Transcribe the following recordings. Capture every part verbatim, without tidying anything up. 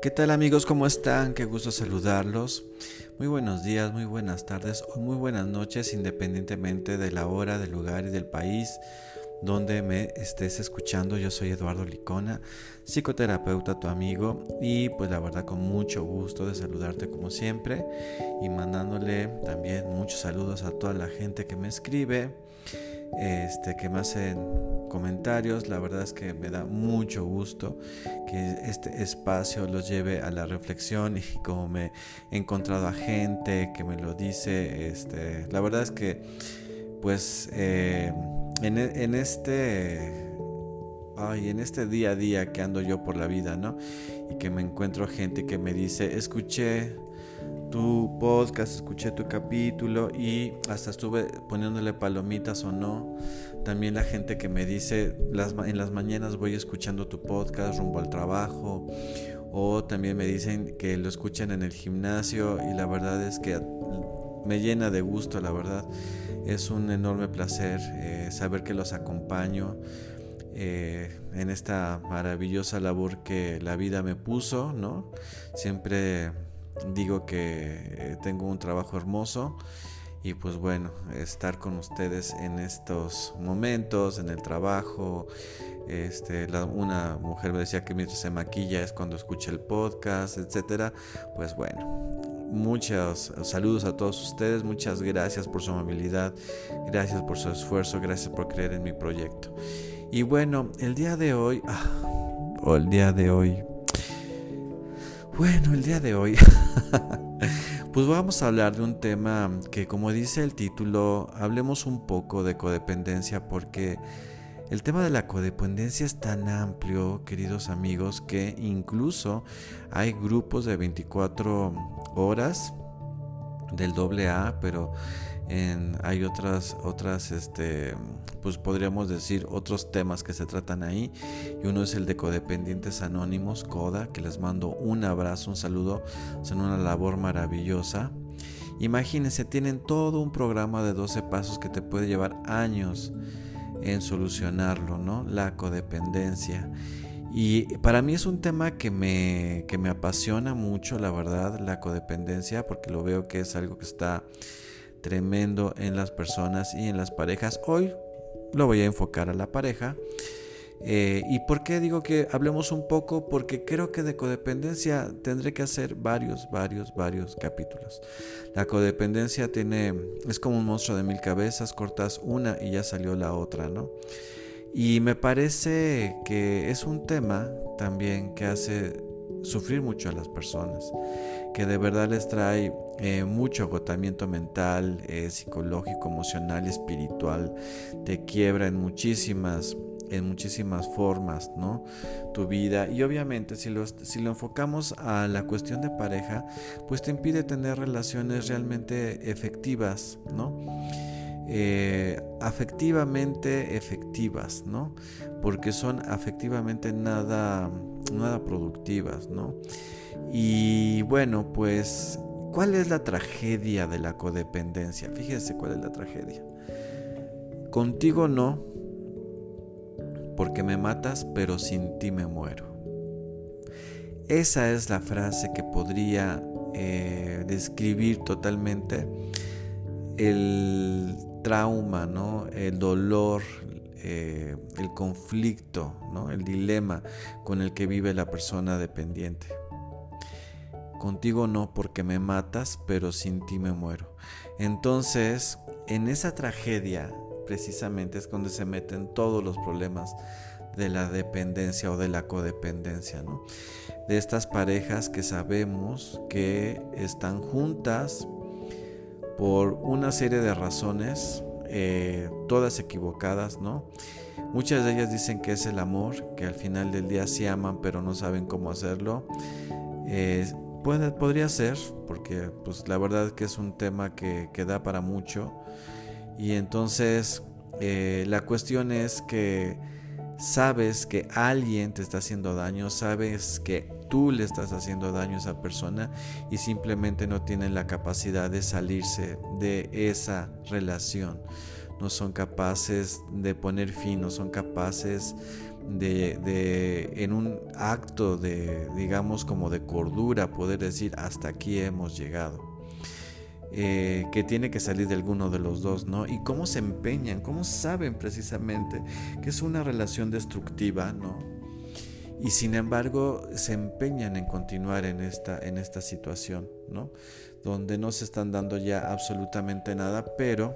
¿Qué tal amigos? ¿Cómo están? Qué gusto saludarlos. Muy buenos días, muy buenas tardes o muy buenas noches, independientemente de la hora, del lugar y del país donde me estés escuchando. Yo soy Eduardo Licona, psicoterapeuta, tu amigo, y pues la verdad con mucho gusto de saludarte como siempre y mandándole también muchos saludos a toda la gente que me escribe, este, que me hacen comentarios. La verdad es que me da mucho gusto que este espacio los lleve a la reflexión, y como me he encontrado a gente que me lo dice, este, la verdad es que pues eh, en, en este ay, en este día a día que ando yo por la vida, ¿no? Y que me encuentro gente que me dice: escuché tu podcast, escuché tu capítulo y hasta estuve poniéndole palomitas o no. También la gente que me dice: las, en las mañanas voy escuchando tu podcast rumbo al trabajo. O también me dicen que lo escuchan en el gimnasio, y la verdad es que me llena de gusto, la verdad. Es un enorme placer eh, saber que los acompaño eh, en esta maravillosa labor que la vida me puso, ¿no? Siempre digo que eh, tengo un trabajo hermoso, y pues bueno, estar con ustedes en estos momentos, en el trabajo. Este, la, una mujer me decía que mientras se maquilla es cuando escucha el podcast, etcétera. Pues bueno, muchos saludos a todos ustedes, muchas gracias por su amabilidad, gracias por su esfuerzo, gracias por creer en mi proyecto. Y bueno, el día de hoy, ah, o el día de hoy, bueno, el día de hoy, pues vamos a hablar de un tema que, como dice el título, hablemos un poco de codependencia, porque el tema de la codependencia es tan amplio, queridos amigos, que incluso hay grupos de veinticuatro horas del doble A, pero en, hay otras, otras, este, pues podríamos decir otros temas que se tratan ahí, y uno es el de Codependientes Anónimos, CODA, que les mando un abrazo, un saludo, hacen una labor maravillosa. Imagínense, tienen todo un programa de doce pasos que te puede llevar años en solucionarlo, ¿no? La codependencia. Y para mí es un tema que me, que me apasiona mucho, la verdad, la codependencia, porque lo veo que es algo que está tremendo en las personas y en las parejas. Hoy lo voy a enfocar a la pareja. Eh, ¿Y por qué digo que hablemos un poco? Porque creo que de codependencia tendré que hacer varios, varios, varios capítulos. La codependencia tiene, es como un monstruo de mil cabezas, cortas una y ya salió la otra, ¿no? Y me parece que es un tema también que hace sufrir mucho a las personas, que de verdad les trae eh, mucho agotamiento mental, eh, psicológico, emocional, espiritual. Te quiebra en muchísimas en muchísimas formas, ¿no? Tu vida. Y obviamente si lo, si lo enfocamos a la cuestión de pareja, pues te impide tener relaciones realmente efectivas, ¿no? Eh, afectivamente efectivas, ¿no? Porque son afectivamente nada, nada productivas, ¿no? Y bueno, pues, ¿cuál es la tragedia de la codependencia? Fíjense cuál es la tragedia. Contigo no, porque me matas, pero sin ti me muero. Esa es la frase que podría eh, describir totalmente el trauma, ¿no? El dolor, eh, el conflicto, ¿no? El dilema con el que vive la persona dependiente. Contigo no, porque me matas, pero sin ti me muero. Entonces, en esa tragedia precisamente es donde se meten todos los problemas de la dependencia o de la codependencia, ¿no? De estas parejas que sabemos que están juntas por una serie de razones, eh, todas equivocadas, ¿no? Muchas de ellas dicen que es el amor, que al final del día sí aman, pero no saben cómo hacerlo. Eh, puede, podría ser, porque pues la verdad que es un tema que, que da para mucho. Y entonces eh, la cuestión es que sabes que alguien te está haciendo daño, sabes que tú le estás haciendo daño a esa persona, y simplemente no tienen la capacidad de salirse de esa relación. No son capaces de poner fin, no son capaces de, de en un acto de, digamos, como de cordura, poder decir hasta aquí hemos llegado. Eh, que tiene que salir de alguno de los dos, ¿no? Y cómo se empeñan, cómo saben precisamente que es una relación destructiva, ¿no? Y sin embargo se empeñan en continuar en esta, en esta situación, ¿no? Donde no se están dando ya absolutamente nada, pero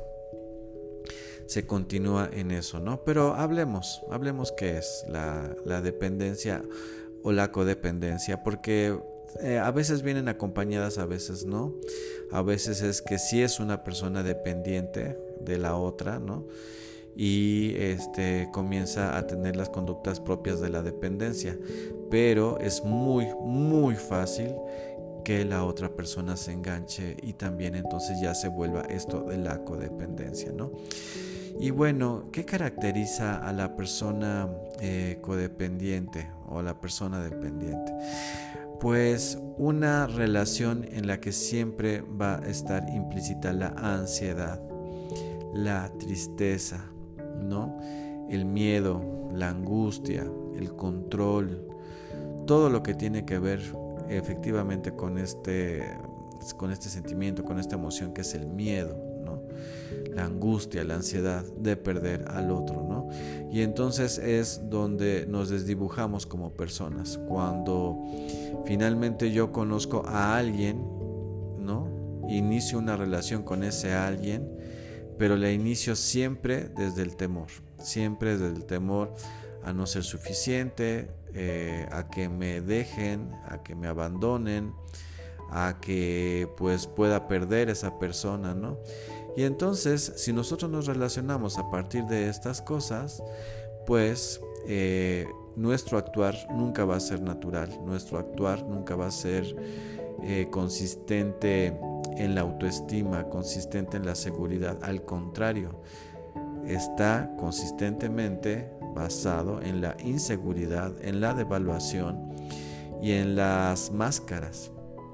se continúa en eso, ¿no? Pero hablemos, hablemos qué es la, la dependencia o la codependencia, porque eh, a veces vienen acompañadas, a veces no. A veces es que sí es una persona dependiente de la otra, ¿no? Y este comienza a tener las conductas propias de la dependencia, pero es muy muy fácil que la otra persona se enganche y también entonces ya se vuelva esto de la codependencia, ¿no? Y bueno, ¿qué caracteriza a la persona eh, codependiente o la persona dependiente? Pues una relación en la que siempre va a estar implícita la ansiedad, la tristeza, ¿no? El miedo, la angustia, el control, todo lo que tiene que ver efectivamente con este, con este sentimiento, con esta emoción que es el miedo, ¿no? La angustia, la ansiedad de perder al otro, ¿no? Y entonces es donde nos desdibujamos como personas, cuando finalmente yo conozco a alguien, ¿no? Inicio una relación con ese alguien, pero la inicio siempre desde el temor, siempre desde el temor a no ser suficiente, eh, a que me dejen, a que me abandonen, a que pues pueda perder esa persona, ¿no? Y entonces, si nosotros nos relacionamos a partir de estas cosas, pues eh, nuestro actuar nunca va a ser natural, nuestro actuar nunca va a ser eh, consistente en la autoestima, consistente en la seguridad. Al contrario, está consistentemente basado en la inseguridad, en la devaluación y en las máscaras.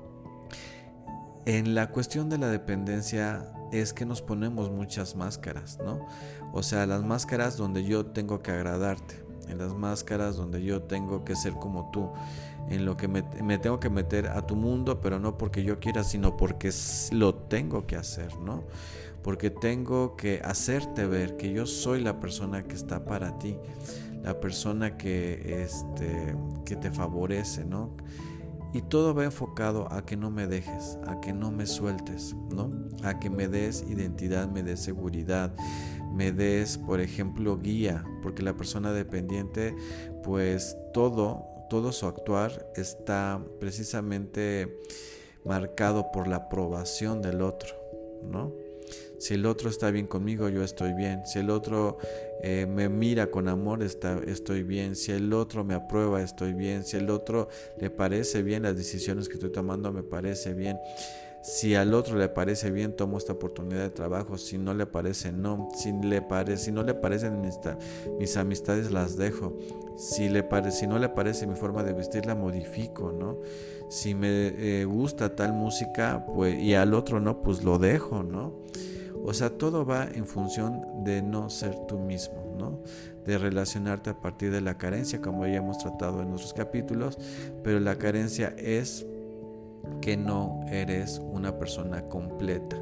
En la cuestión de la dependencia es que nos ponemos muchas máscaras, ¿no? O sea, las máscaras donde yo tengo que agradarte, en las máscaras donde yo tengo que ser como tú, en lo que me, me tengo que meter a tu mundo, pero no porque yo quiera, sino porque lo tengo que hacer, ¿no? Porque tengo que hacerte ver que yo soy la persona que está para ti, la persona que, este, que te favorece, ¿no? Y todo va enfocado a que no me dejes, a que no me sueltes, ¿no? A que me des identidad, me des seguridad, me des, por ejemplo, guía, porque la persona dependiente, pues todo, todo su actuar está precisamente marcado por la aprobación del otro, ¿no? Si el otro está bien conmigo, yo estoy bien. Si el otro eh, me mira con amor, está, estoy bien. Si el otro me aprueba, estoy bien. Si el otro le parece bien las decisiones que estoy tomando, me parece bien. Si al otro le parece bien, tomo esta oportunidad de trabajo. Si no le parece, no. Si, le pare, si no le parecen mis, mis amistades, las dejo. Si, le pare, si no le parece mi forma de vestir, la modifico, ¿no? Si me eh, gusta tal música, pues, y al otro no, pues lo dejo, ¿no? O sea, todo va en función de no ser tú mismo, ¿no? De relacionarte a partir de la carencia, como ya hemos tratado en nuestros capítulos, pero la carencia es que no eres una persona completa.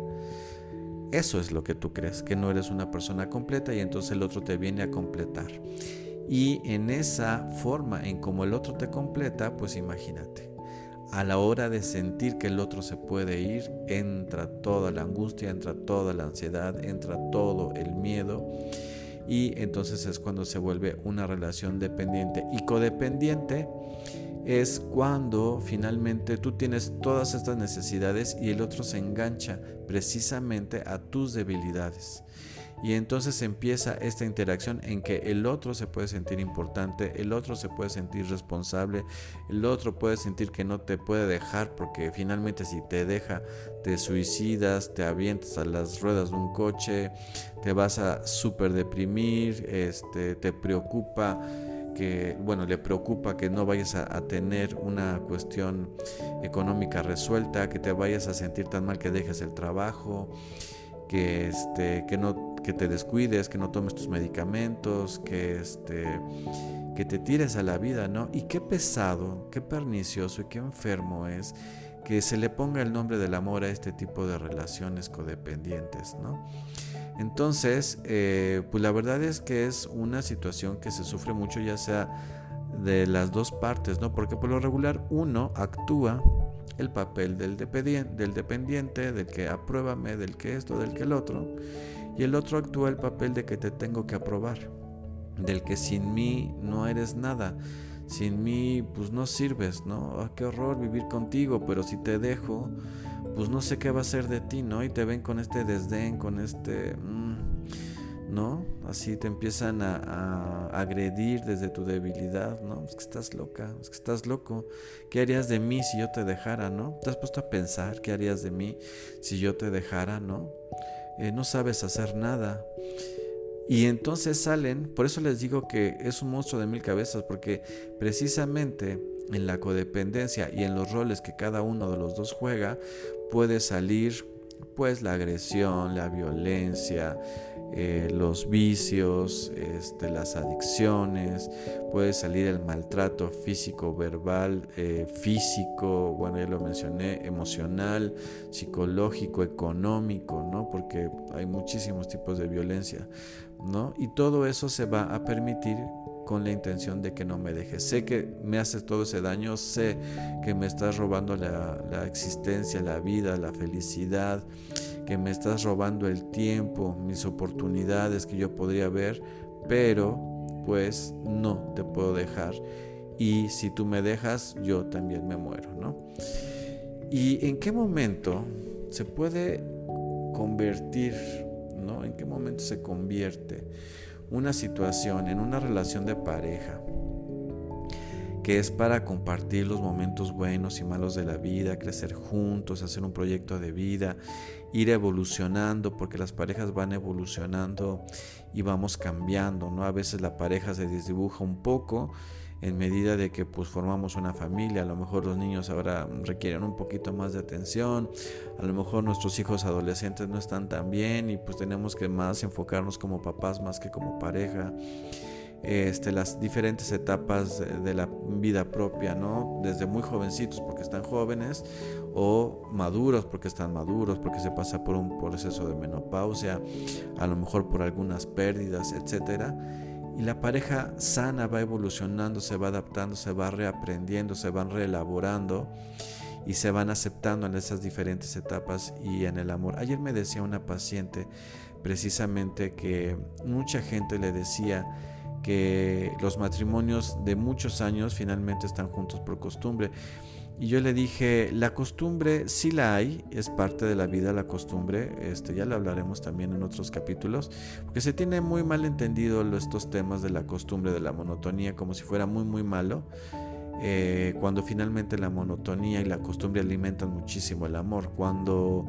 Eso es lo que tú crees, que no eres una persona completa y entonces el otro te viene a completar. Y en esa forma en como el otro te completa, pues imagínate. A la hora de sentir que el otro se puede ir, entra toda la angustia, entra toda la ansiedad, entra todo el miedo y entonces es cuando se vuelve una relación dependiente. Y codependiente es cuando finalmente tú tienes todas estas necesidades y el otro se engancha precisamente a tus debilidades. Y entonces empieza esta interacción en que el otro se puede sentir importante, el otro se puede sentir responsable, el otro puede sentir que no te puede dejar porque finalmente si te deja te suicidas, te avientas a las ruedas de un coche, te vas a súper deprimir, este, te preocupa que, bueno, le preocupa que no vayas a, a tener una cuestión económica resuelta, que te vayas a sentir tan mal que dejes el trabajo. que, este, que, no, que te descuides, que no tomes tus medicamentos, que, este, que te tires a la vida, ¿no? Y qué pesado, qué pernicioso y qué enfermo es que se le ponga el nombre del amor a este tipo de relaciones codependientes, ¿no? Entonces, eh, pues la verdad es que es una situación que se sufre mucho, ya sea de las dos partes, ¿no? Porque por lo regular uno actúa el papel del dependiente, del dependiente, del que apruébame, del que esto, del que el otro, y el otro actúa el papel de que te tengo que aprobar, del que sin mí no eres nada, sin mí pues no sirves, ¿no? Ah, qué horror vivir contigo, pero si te dejo, pues no sé qué va a ser de ti, ¿no? Y te ven con este desdén, con este, mmm, ¿no? Así te empiezan a, a agredir desde tu debilidad, ¿no? Es que estás loca, es que estás loco. ¿Qué harías de mí si yo te dejara, no? ¿Te has puesto a pensar qué harías de mí si yo te dejara, no? Eh, no sabes hacer nada. Y entonces salen, por eso les digo que es un monstruo de mil cabezas, porque precisamente en la codependencia y en los roles que cada uno de los dos juega, puede salir pues la agresión, la violencia, eh, los vicios, este, las adicciones, puede salir el maltrato físico, verbal, eh, físico, bueno ya lo mencioné, emocional, psicológico, económico, ¿no? Porque hay muchísimos tipos de violencia, ¿no? Y todo eso se va a permitir con la intención de que no me dejes. Sé que me haces todo ese daño, sé que me estás robando la, la existencia, la vida, la felicidad, que me estás robando el tiempo, mis oportunidades que yo podría ver, pero pues no te puedo dejar, y si tú me dejas yo también me muero, ¿no? ¿Y en qué momento se puede convertir, ¿no? ¿En qué momento se convierte una situación en una relación de pareja que es para compartir los momentos buenos y malos de la vida, crecer juntos, hacer un proyecto de vida, ir evolucionando, porque las parejas van evolucionando y vamos cambiando, ¿no? A veces la pareja se desdibuja un poco en medida de que pues formamos una familia. A lo mejor los niños ahora requieren un poquito más de atención, a lo mejor nuestros hijos adolescentes no están tan bien y pues tenemos que más enfocarnos como papás más que como pareja. Este, las diferentes etapas de la vida propia, ¿no? Desde muy jovencitos porque están jóvenes, o maduros porque están maduros, porque se pasa por un proceso de menopausia, a lo mejor por algunas pérdidas, etcétera. Y la pareja sana va evolucionando, se va adaptando, se va reaprendiendo, se van reelaborando y se van aceptando en esas diferentes etapas y en el amor. Ayer me decía una paciente precisamente que mucha gente le decía que los matrimonios de muchos años finalmente están juntos por costumbre. Y yo le dije, la costumbre sí la hay, es parte de la vida la costumbre, este, ya lo hablaremos también en otros capítulos, porque se tiene muy mal entendido estos temas de la costumbre, de la monotonía, como si fuera muy muy malo, eh, cuando finalmente la monotonía y la costumbre alimentan muchísimo el amor. Cuando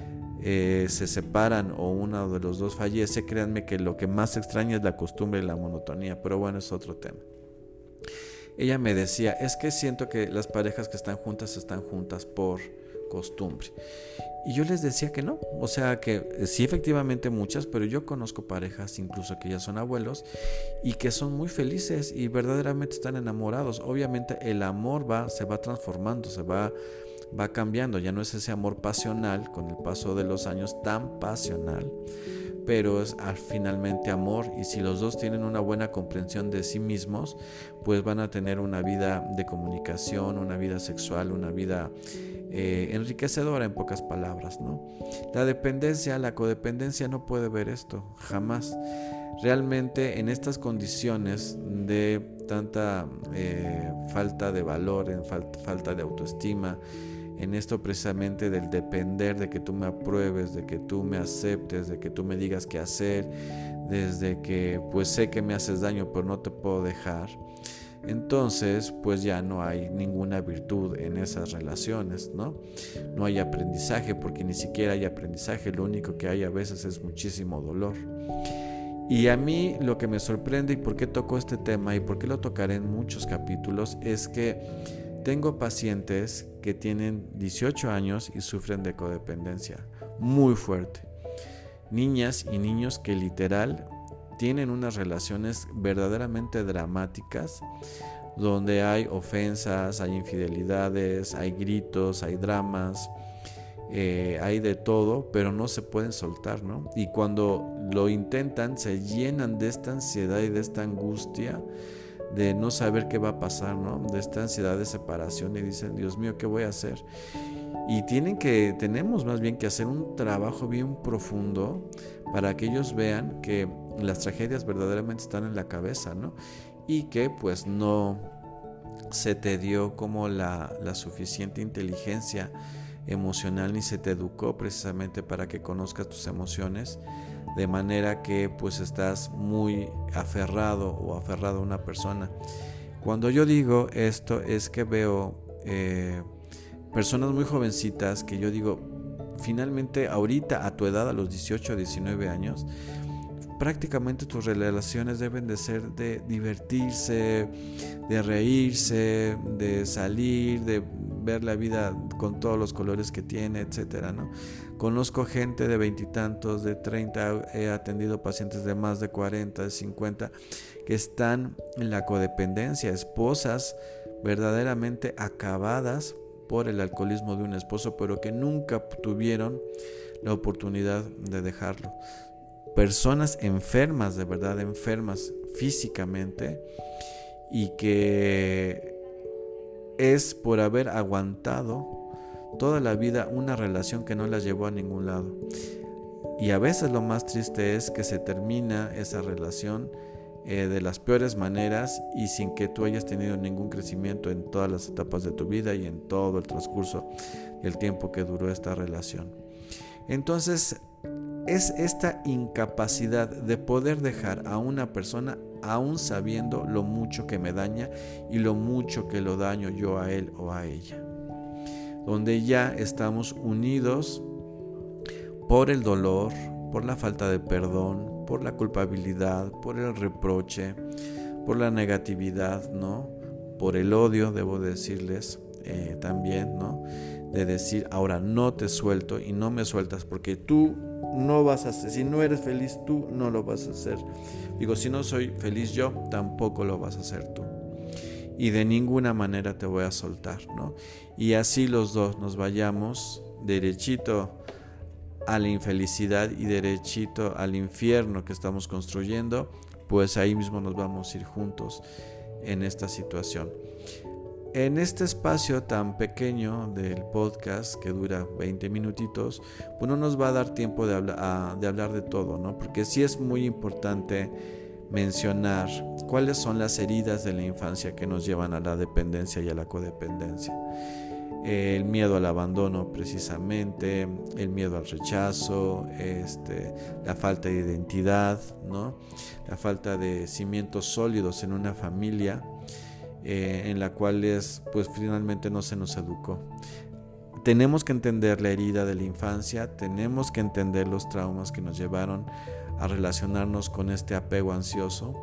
eh, se separan o uno de los dos fallece, créanme que lo que más extraña es la costumbre y la monotonía, pero bueno, es otro tema. Ella me decía, es que siento que las parejas que están juntas están juntas por costumbre. Y yo les decía que no, o sea que sí, efectivamente muchas, pero yo conozco parejas incluso que ya son abuelos y que son muy felices y verdaderamente están enamorados. Obviamente el amor va, se va transformando, se va, va cambiando, ya no es ese amor pasional con el paso de los años tan pasional, pero es al finalmente amor, y si los dos tienen una buena comprensión de sí mismos, pues van a tener una vida de comunicación, una vida sexual, una vida eh, enriquecedora, en pocas palabras, ¿no? La dependencia, la codependencia no puede ver esto, jamás. Realmente en estas condiciones de tanta eh, falta de valor, en falta, falta de autoestima, en esto precisamente del depender de que tú me apruebes, de que tú me aceptes, de que tú me digas qué hacer, desde que pues sé que me haces daño pero no te puedo dejar, entonces pues ya no hay ninguna virtud en esas relaciones, ¿no? No hay aprendizaje, porque ni siquiera hay aprendizaje, lo único que hay a veces es muchísimo dolor. Y a mí lo que me sorprende, y por qué toco este tema y por qué lo tocaré en muchos capítulos, es que tengo pacientes que tienen dieciocho años y sufren de codependencia muy fuerte. niñas y niños que literal tienen unas relaciones verdaderamente dramáticas, donde hay ofensas, hay infidelidades, hay gritos, hay dramas, eh, hay de todo, pero no se pueden soltar, ¿no? Y cuando lo intentan, se llenan de esta ansiedad y de esta angustia de no saber qué va a pasar, ¿no? De esta ansiedad de separación, y dicen, Dios mío, ¿qué voy a hacer? Y tienen que, tenemos más bien que hacer un trabajo bien profundo para que ellos vean que las tragedias verdaderamente están en la cabeza, ¿no? Y que pues no se te dio como la, la suficiente inteligencia emocional, ni se te educó precisamente para que conozcas tus emociones, de manera que pues estás muy aferrado o aferrado a una persona. Cuando yo digo esto es que veo eh, personas muy jovencitas que yo digo, finalmente ahorita a tu edad, a los dieciocho, diecinueve años, prácticamente tus relaciones deben de ser de divertirse, de reírse, de salir, de ver la vida con todos los colores que tiene, etcétera, ¿no? Conozco gente de veintitantos, de treinta, he atendido pacientes de más de cuarenta, de cincuenta, que están en la codependencia, esposas verdaderamente acabadas por el alcoholismo de un esposo, pero que nunca tuvieron la oportunidad de dejarlo. Personas enfermas, de verdad enfermas físicamente, y que es por haber aguantado toda la vida una relación que no las llevó a ningún lado. Y a veces lo más triste es que se termina esa relación eh, de las peores maneras y sin que tú hayas tenido ningún crecimiento en todas las etapas de tu vida y en todo el transcurso del tiempo que duró esta relación. Entonces, es esta incapacidad de poder dejar a una persona aún sabiendo lo mucho que me daña y lo mucho que lo daño yo a él o a ella, donde ya estamos unidos por el dolor, por la falta de perdón, por la culpabilidad, por el reproche, por la negatividad, ¿no? Por el odio, debo decirles eh, también, ¿no? De decir, ahora no te suelto y no me sueltas porque tú no vas a hacer, si no eres feliz tú no lo vas a hacer. Digo, si no soy feliz yo, tampoco lo vas a hacer tú. Y de ninguna manera te voy a soltar, ¿no? Y así los dos nos vayamos derechito a la infelicidad y derechito al infierno que estamos construyendo, pues ahí mismo nos vamos a ir juntos en esta situación. En este espacio tan pequeño del podcast, que dura veinte minutitos, pues no nos va a dar tiempo de, habla, a, de hablar de todo, ¿no? Porque sí es muy importante mencionar cuáles son las heridas de la infancia que nos llevan a la dependencia y a la codependencia. El miedo al abandono precisamente, el miedo al rechazo, este, la falta de identidad, ¿no? La falta de cimientos sólidos en una familia, Eh, en la cual es, pues finalmente no se nos educó. Tenemos que entender la herida de la infancia, tenemos que entender los traumas que nos llevaron a relacionarnos con este apego ansioso,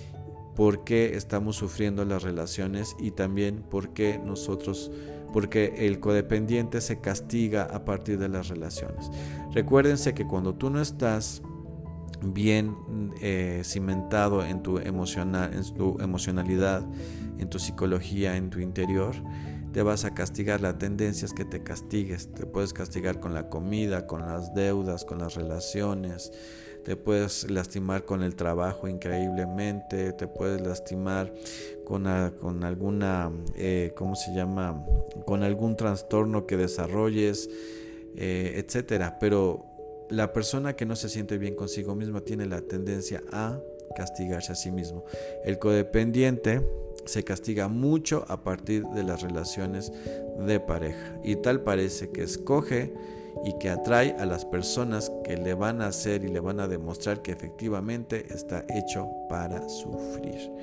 por qué estamos sufriendo las relaciones y también por qué nosotros, porque el codependiente se castiga a partir de las relaciones. Recuérdense que cuando tú no estás bien eh, cimentado en tu, emocional, en tu emocionalidad, en tu psicología, en tu interior, te vas a castigar. La tendencia es que te castigues. Te puedes castigar con la comida, con las deudas, con las relaciones. Te puedes lastimar con el trabajo increíblemente. Te puedes lastimar con, a, con alguna, eh, ¿cómo se llama? Con algún trastorno que desarrolles, eh, etcétera. Pero la persona que no se siente bien consigo misma tiene la tendencia a castigarse a sí mismo. El codependiente se castiga mucho a partir de las relaciones de pareja, y tal parece que escoge y que atrae a las personas que le van a hacer y le van a demostrar que efectivamente está hecho para sufrir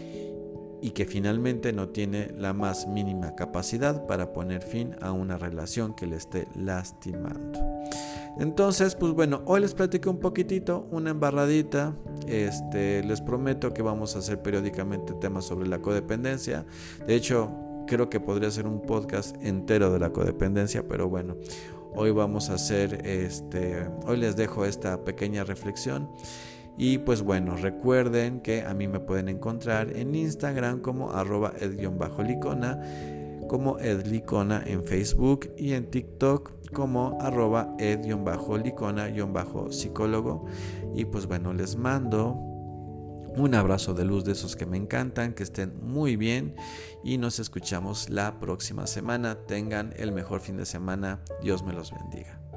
y que finalmente no tiene la más mínima capacidad para poner fin a una relación que le esté lastimando. Entonces, pues bueno, hoy les platico un poquitito, una embarradita. Este, les prometo que vamos a hacer periódicamente temas sobre la codependencia. De hecho, creo que podría ser un podcast entero de la codependencia, pero bueno, Hoy vamos a hacer, este, hoy les dejo esta pequeña reflexión. Y pues bueno, recuerden que a mí me pueden encontrar en Instagram como arroba ed-licona, como edlicona en Facebook y en TikTok como arroba ed-licona-psicólogo. Y pues bueno, les mando un abrazo de luz de esos que me encantan, que estén muy bien y nos escuchamos la próxima semana. Tengan el mejor fin de semana. Dios me los bendiga.